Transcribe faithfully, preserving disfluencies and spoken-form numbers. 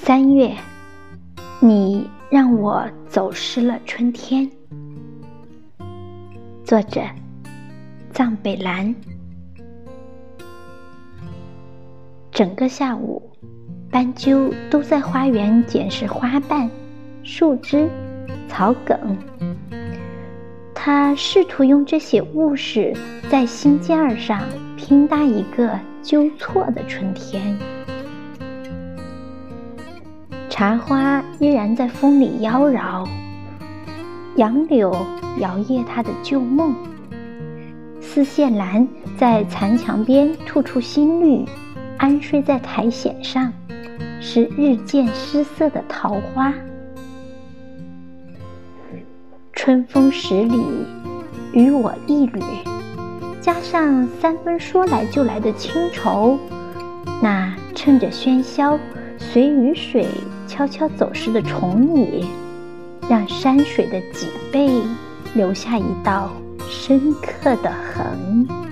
三月，你让我走失了春天。作者：藏北兰。整个下午，斑鸠都在花园捡拾花瓣、树枝、草梗。他试图用这些物事在心尖儿上拼搭一个纠错的春天。茶花依然在风里妖娆，杨柳摇曳它的旧梦，丝线兰在残墙边吐出新绿，安睡在苔藓上，是日渐失色的桃花。春风十里，与我一缕，加上三分说来就来的清愁，那趁着喧嚣随雨水悄悄走失的虫蚁，让山水的脊背留下一道深刻的痕。